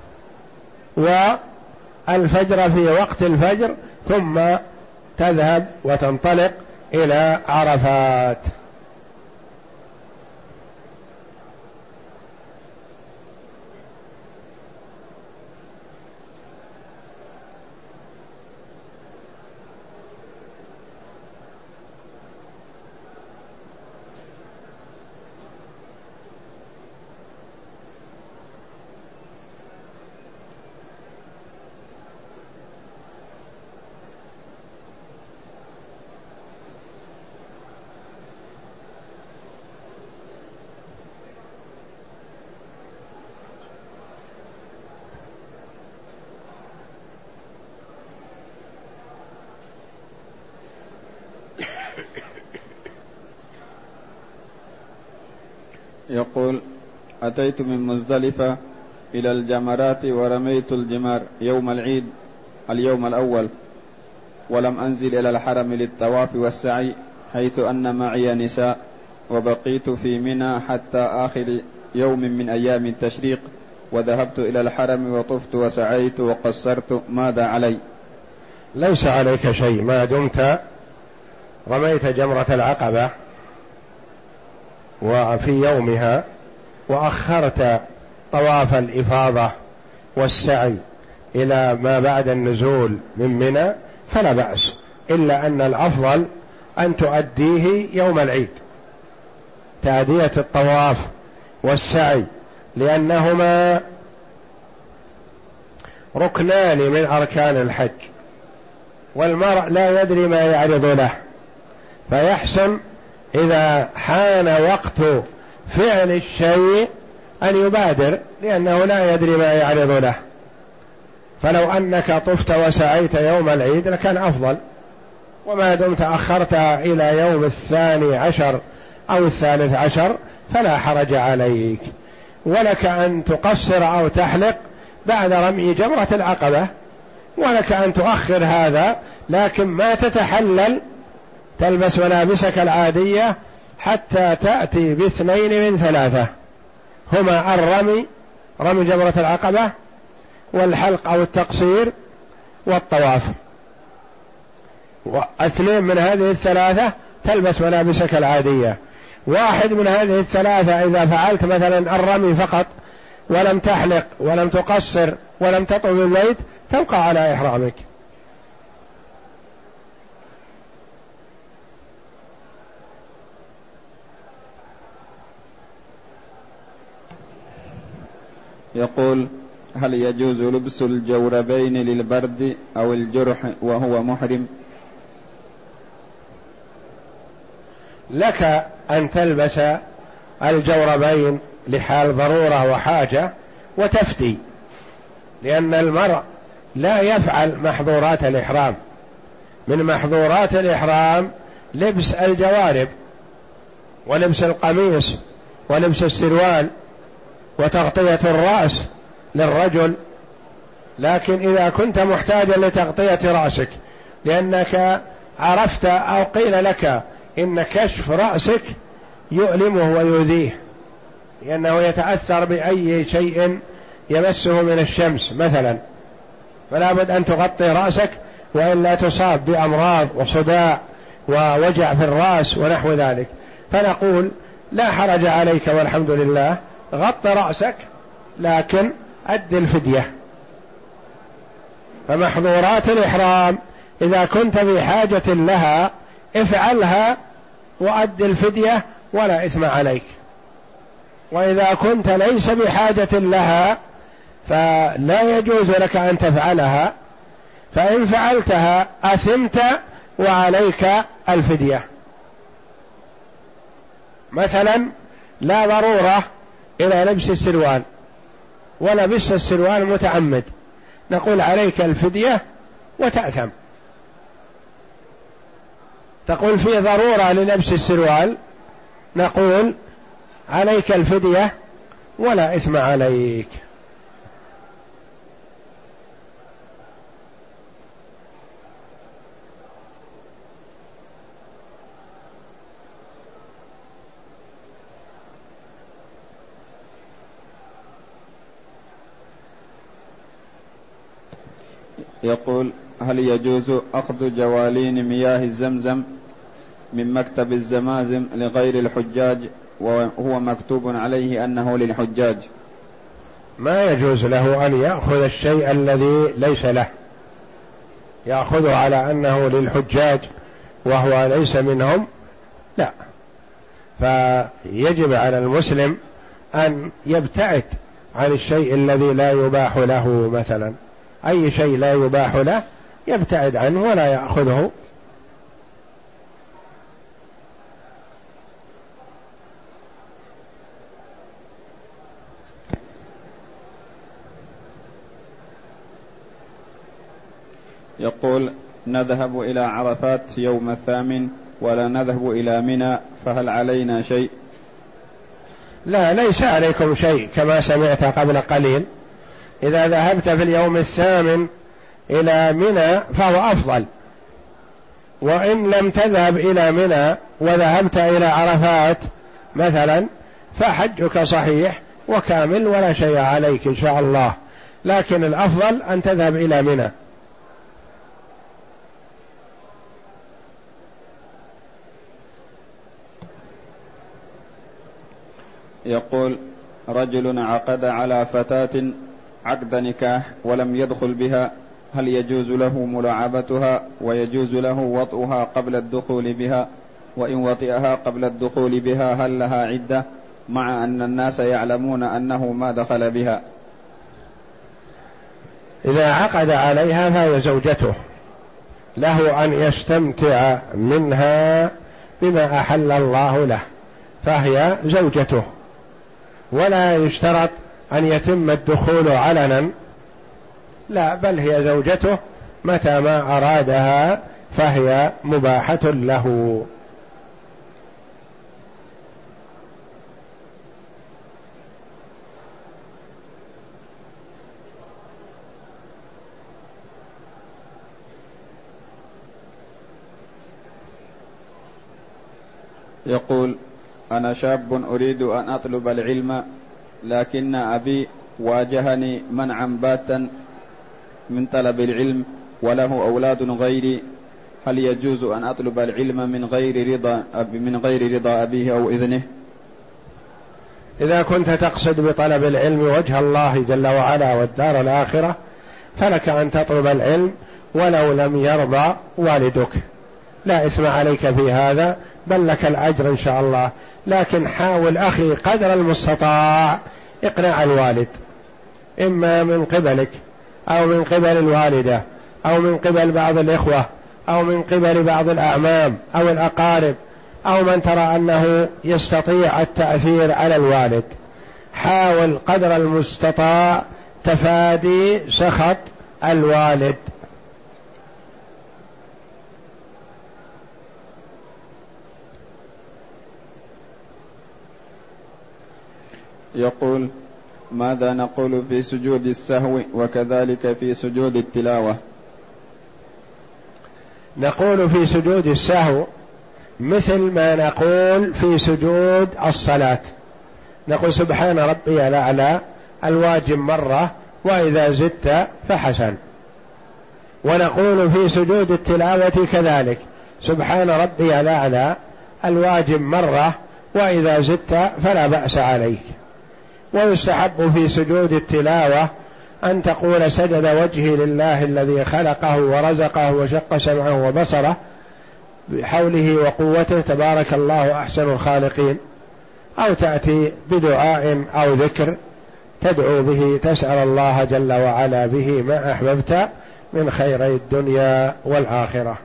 S1: والفجر في وقت الفجر، ثم تذهب وتنطلق إلى عرفات.
S2: يقول: أتيت من مزدلفة إلى الجمرات ورميت الجمار يوم العيد اليوم الأول، ولم أنزل إلى الحرم للطواف والسعي، حيث أن معي نساء، وبقيت في منى حتى آخر يوم من أيام التشريق، وذهبت إلى الحرم وطفت وسعيت وقصرت، ماذا علي؟
S1: ليس عليك شيء ما دمت رميت جمرة العقبة وفي يومها وأخرت طواف الإفاضة والسعي إلى ما بعد النزول من منى فلا بأس، إلا أن الأفضل أن تؤديه يوم العيد، تأدية الطواف والسعي، لأنهما ركنان من أركان الحج، والمرء لا يدري ما يعرض له، فيحسن إذا حان وقت فعل الشيء أن يبادر، لأنه لا يدري ما يعرض له. فلو أنك طفت وسعيت يوم العيد لكان أفضل، وما دمت أخرت إلى يوم الثاني عشر أو الثالث عشر فلا حرج عليك، ولك أن تقصر أو تحلق بعد رمي جمرة العقبة، ولك أن تؤخر هذا، لكن ما تتحلل تلبس ملابسك العادية حتى تأتي باثنين من ثلاثة، هما الرمي، رمي جمرة العقبة، والحلق أو التقصير، والطواف. واثنين من هذه الثلاثة تلبس ملابسك العادية. واحد من هذه الثلاثة إذا فعلت مثلا الرمي فقط ولم تحلق ولم تقصر ولم تطوف بالبيت تبقى على إحرامك.
S2: يقول: هل يجوز لبس الجوربين للبرد أو الجرح وهو محرم؟
S1: لك أن تلبس الجوربين لحال ضرورة وحاجة وتفتي، لأن المرء لا يفعل محظورات الإحرام. من محظورات الإحرام لبس الجوارب ولبس القميص ولبس السروال وتغطية الرأس للرجل. لكن إذا كنت محتاجا لتغطية رأسك لأنك عرفت أو قيل لك إن كشف رأسك يؤلمه ويؤذيه لأنه يتأثر بأي شيء يمسه من الشمس مثلا، فلا بد أن تغطي رأسك وإلا تصاب بأمراض وصداع ووجع في الرأس ونحو ذلك. فنقول لا حرج عليك والحمد لله، غط رأسك لكن أد الفدية. فمحظورات الإحرام إذا كنت بحاجة لها افعلها وأد الفدية ولا إثم عليك، وإذا كنت ليس بحاجة لها فلا يجوز لك أن تفعلها، فإن فعلتها أثمت وعليك الفدية. مثلا لا ضرورة إلى لبس السروال ولبس السروال متعمد، نقول عليك الفدية وتأثم. تقول في ضرورة للبس السروال، نقول عليك الفدية ولا إثم عليك.
S2: يقول: هل يجوز أخذ جوالين مياه الزمزم من مكتب الزمازم لغير الحجاج وهو مكتوب عليه أنه للحجاج؟
S1: ما يجوز له أن يأخذ الشيء الذي ليس له، يأخذه على أنه للحجاج وهو ليس منهم، لا. فيجب على المسلم أن يبتعد عن الشيء الذي لا يباح له، مثلا أي شيء لا يباح له يبتعد عنه ولا يأخذه.
S2: يقول: نذهب إلى عرفات يوم الثامن ولا نذهب إلى منى، فهل علينا شيء؟
S1: لا، ليس عليكم شيء كما سمعت قبل قليل. إذا ذهبت في اليوم الثامن إلى منى فهو أفضل، وإن لم تذهب إلى منى وذهبت إلى عرفات مثلا فحجك صحيح وكامل ولا شيء عليك إن شاء الله، لكن الأفضل أن تذهب إلى منى.
S2: يقول: رجل عقد على فتاة عقد نكاح ولم يدخل بها، هل يجوز له ملاعبتها ويجوز له وطئها قبل الدخول بها؟ وإن وطئها قبل الدخول بها هل لها عدة مع أن الناس يعلمون أنه ما دخل بها؟
S1: إذا عقد عليها فهي زوجته، له أن يستمتع منها بما أحل الله له، فهي زوجته، ولا يشترط أن يتم الدخول علنا، لا، بل هي زوجته متى ما أرادها فهي مباحة له.
S2: يقول: أنا شاب أريد أن أطلب العلم، لكن أبي واجهني منعا باتا من طلب العلم، وله أولاد غيري، هل يجوز أن أطلب العلم من غير رضا من غير رضا أبيه أو إذنه؟
S1: إذا كنت تقصد بطلب العلم وجه الله جل وعلا والدار الآخرة فلك أن تطلب العلم ولو لم يرضى والدك، لا إثم عليك في هذا، بل لك الأجر إن شاء الله. لكن حاول أخي قدر المستطاع اقنع الوالد، إما من قبلك أو من قبل الوالدة أو من قبل بعض الإخوة أو من قبل بعض الأعمام أو الأقارب أو من ترى أنه يستطيع التأثير على الوالد. حاول قدر المستطاع تفادي سخط الوالد.
S2: يقول: ماذا نقول في سجود السهو وكذلك في سجود التلاوة؟
S1: نقول في سجود السهو مثل ما نقول في سجود الصلاة، نقول سبحان ربي الأعلى الواجب مرة، وإذا زدت فحسن. ونقول في سجود التلاوة كذلك سبحان ربي الأعلى الواجب مرة، وإذا زدت فلا بأس عليك. ويستحب في سجود التلاوة أن تقول: سجد وجهي لله الذي خلقه ورزقه وشق سمعه وبصره بحوله وقوته تبارك الله أحسن الخالقين، أو تأتي بدعاء أو ذكر تدعو به تسأل الله جل وعلا به ما أحببت من خيري الدنيا والآخرة.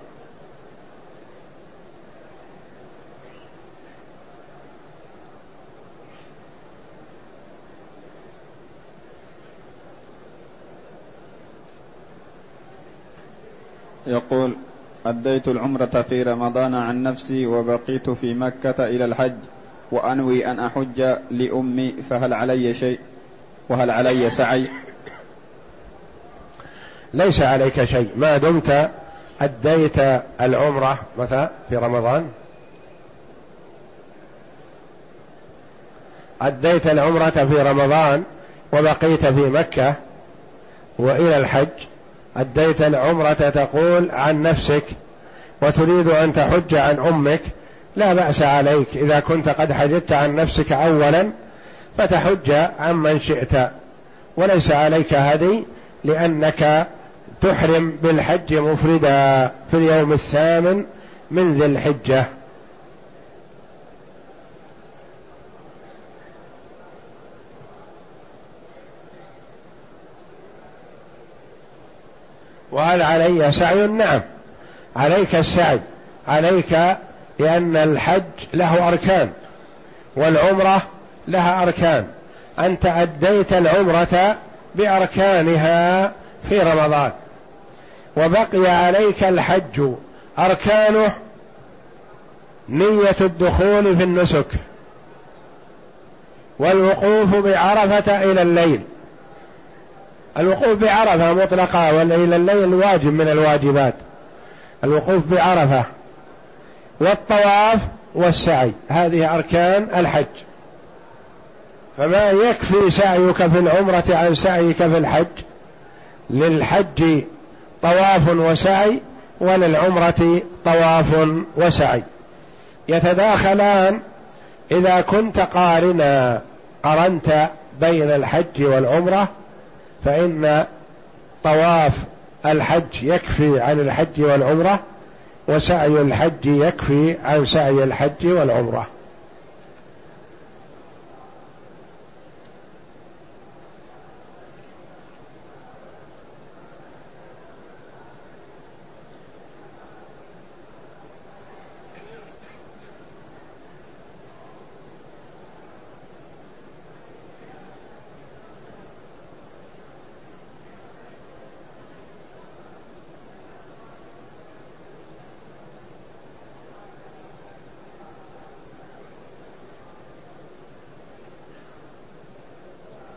S2: يقول: أديت العمرة في رمضان عن نفسي وبقيت في مكة إلى الحج، وأنوي أن أحج لأمي، فهل علي شيء وهل علي سعي؟
S1: ليس عليك شيء ما دمت أديت العمرة. متى؟ في رمضان أديت العمرة في رمضان وبقيت في مكة وإلى الحج، أديت العمرة تقول عن نفسك وتريد أن تحج عن أمك، لا بأس عليك إذا كنت قد حجت عن نفسك أولا فتحج عن من شئت، وليس عليك هدي لأنك تحرم بالحج مفردا في اليوم الثامن من ذي الحجة. وهل علي سعي؟ نعم عليك السعي، عليك لأن الحج له أركان والعمرة لها أركان. أنت أديت العمرة بأركانها في رمضان، وبقي عليك الحج أركانه نية الدخول في النسك والوقوف بعرفة إلى الليل. الوقوف بعرفة مطلقة وإلى الليل واجب من الواجبات، الوقوف بعرفة والطواف والسعي، هذه أركان الحج. فما يكفي سعيك في العمرة عن سعيك في الحج، للحج طواف وسعي وللعمرة طواف وسعي يتداخلان. إذا كنت قارنا قرنت بين الحج والعمرة فإن طواف الحج يكفي عن الحج والعمرة، وسعي الحج يكفي عن سعي الحج والعمرة.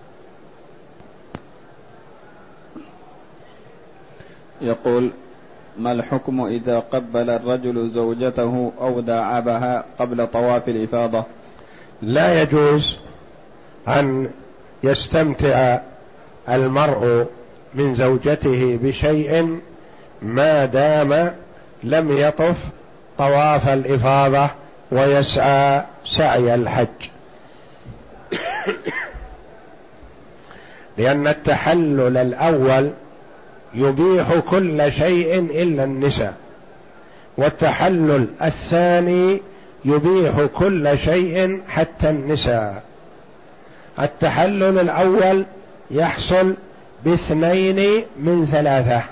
S2: يقول: ما الحكم إذا قبل الرجل زوجته أو داعبها قبل طواف الإفاضة؟
S1: لا يجوز أن يستمتع المرء من زوجته بشيء ما دام لم يطف طواف الإفاضة ويسعى سعي الحج، لأن التحلل الأول يبيح كل شيء إلا النساء، والتحلل الثاني يبيح كل شيء حتى النساء. التحلل الأول يحصل باثنين من ثلاثة.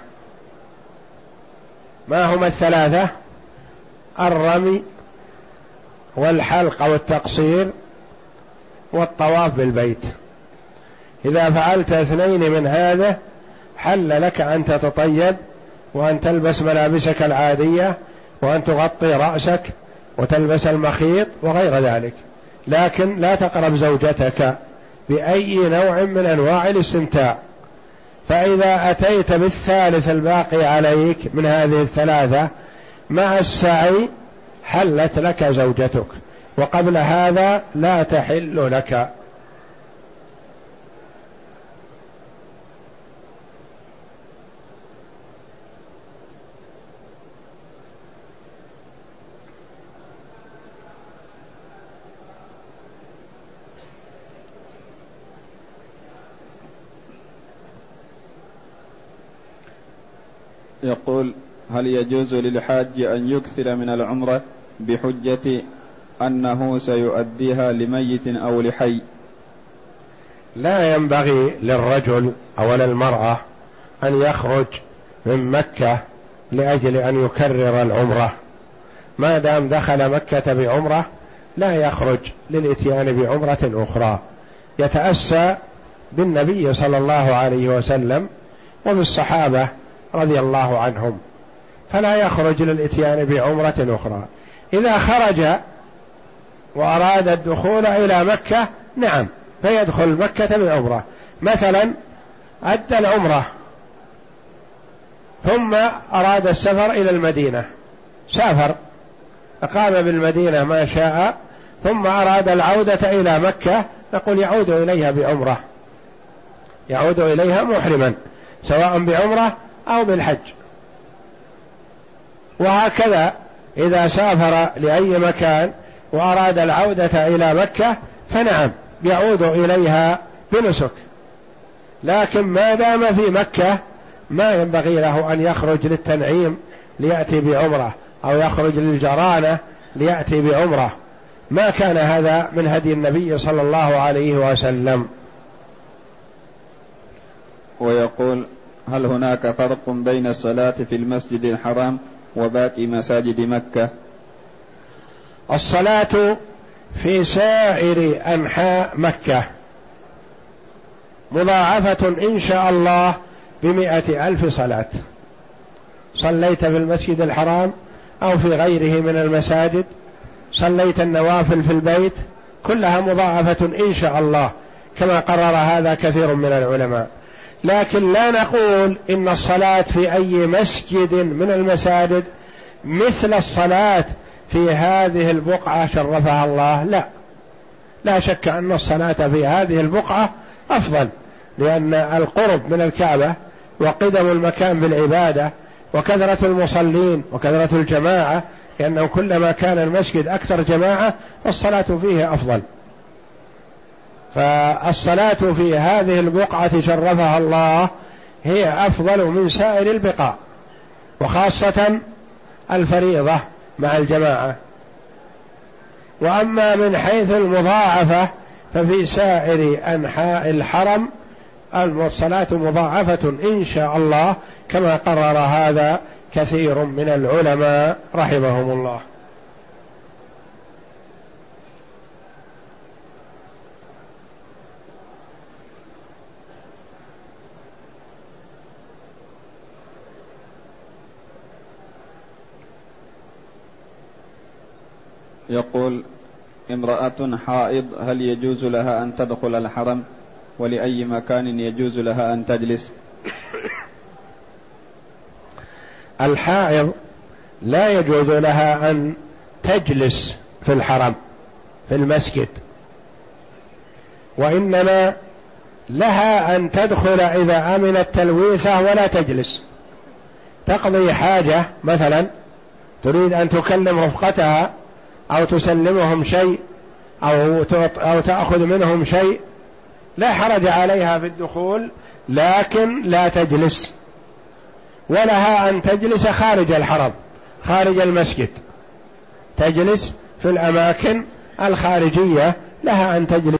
S1: ما هم الثلاثة؟ الرمي والحلق والتقصير والطواف بالبيت. إذا فعلت اثنين من هذا حل لك أن تتطيب وأن تلبس ملابسك العادية وأن تغطي رأسك وتلبس المخيط وغير ذلك، لكن لا تقرب زوجتك بأي نوع من أنواع الاستمتاع. فإذا أتيت بالثالث الباقي عليك من هذه الثلاثة مع السعي حلت لك زوجتك، وقبل هذا لا تحل لك.
S2: يقول: هل يجوز للحاج أن يكثر من العمرة بحجة أنه سيؤديها لميت أو لحي؟
S1: لا ينبغي للرجل أو للمرأة أن يخرج من مكة لأجل أن يكرر العمرة، ما دام دخل مكة بعمرة لا يخرج للإتيان بعمرة أخرى، يتأسى بالنبي صلى الله عليه وسلم وبالصحابة رضي الله عنهم، فلا يخرج للإتيان بعمرة أخرى. إذا خرج وأراد الدخول إلى مكة نعم فيدخل مكة بعمرة، مثلا أدى العمرة ثم أراد السفر إلى المدينة، سافر أقام بالمدينة ما شاء ثم أراد العودة إلى مكة، نقول يعود إليها بعمرة، يعود إليها محرما سواء بعمرة أو بالحج. وهكذا إذا سافر لأي مكان وأراد العودة إلى مكة فنعم يعود إليها بنسك، لكن ما دام في مكة ما ينبغي له أن يخرج للتنعيم ليأتي بعمرة أو يخرج للجرانة ليأتي بعمرة، ما كان هذا من هدي النبي صلى الله عليه وسلم.
S2: ويقول: هل هناك فرق بين الصلاة في المسجد الحرام وباقي مساجد مكة؟
S1: الصلاة في سائر أنحاء مكة مضاعفة إن شاء الله بمئة ألف صلاة، صليت في المسجد الحرام أو في غيره من المساجد، صليت النوافل في البيت، كلها مضاعفة إن شاء الله كما قرر هذا كثير من العلماء. لكن لا نقول إن الصلاة في أي مسجد من المساجد مثل الصلاة في هذه البقعة شرفها الله، لا، لا شك أن الصلاة في هذه البقعة أفضل، لأن القرب من الكعبة وقدم المكان بالعبادة وكثرة المصلين وكثرة الجماعة، لأنه كلما كان المسجد أكثر جماعة فالصلاة فيه أفضل. فالصلاة في هذه البقعة شرفها الله هي أفضل من سائر البقاع، وخاصة الفريضة مع الجماعة. وأما من حيث المضاعفة ففي سائر أنحاء الحرم الصلاة مضاعفة إن شاء الله كما قرر هذا كثير من العلماء رحمهم الله.
S2: يقول: امرأة حائض هل يجوز لها أن تدخل الحرم، ولأي مكان يجوز لها أن تجلس؟
S1: الحائض لا يجوز لها أن تجلس في الحرم في المسجد، وإنما لها أن تدخل إذا أمنت تلويثه ولا تجلس، تقضي حاجة مثلا تريد أن تكلم رفقتها أو تسلمهم شيء أو أو تأخذ منهم شيء، لا حرج عليها في الدخول، لكن لا تجلس. ولها أن تجلس خارج الحرم خارج المسجد، تجلس في الأماكن الخارجية، لها أن تجلس.